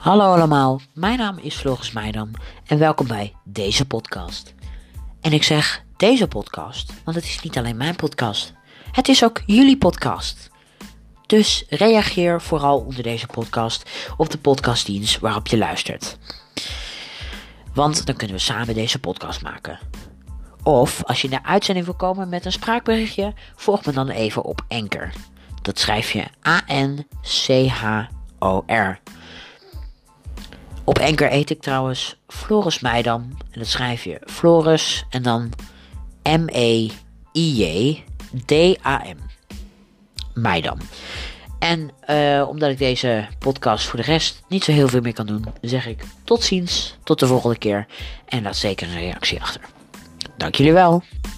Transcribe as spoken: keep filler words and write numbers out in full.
Hallo allemaal, mijn naam is Floris Meidam en welkom bij deze podcast. En ik zeg deze podcast, want het is niet alleen mijn podcast. Het is ook jullie podcast. Dus reageer vooral onder deze podcast op de podcastdienst waarop je luistert. Want dan kunnen we samen deze podcast maken. Of als je naar uitzending wil komen met een spraakberichtje, volg me dan even op Anchor. Dat schrijf je A N C H O R. Op Anchor eet ik trouwens Floris Meidam. En dat schrijf je Floris en dan M E I J D A M. Meidam. En uh, omdat ik deze podcast voor de rest niet zo heel veel meer kan doen, zeg ik tot ziens, tot de volgende keer. En laat zeker een reactie achter. Dank jullie wel.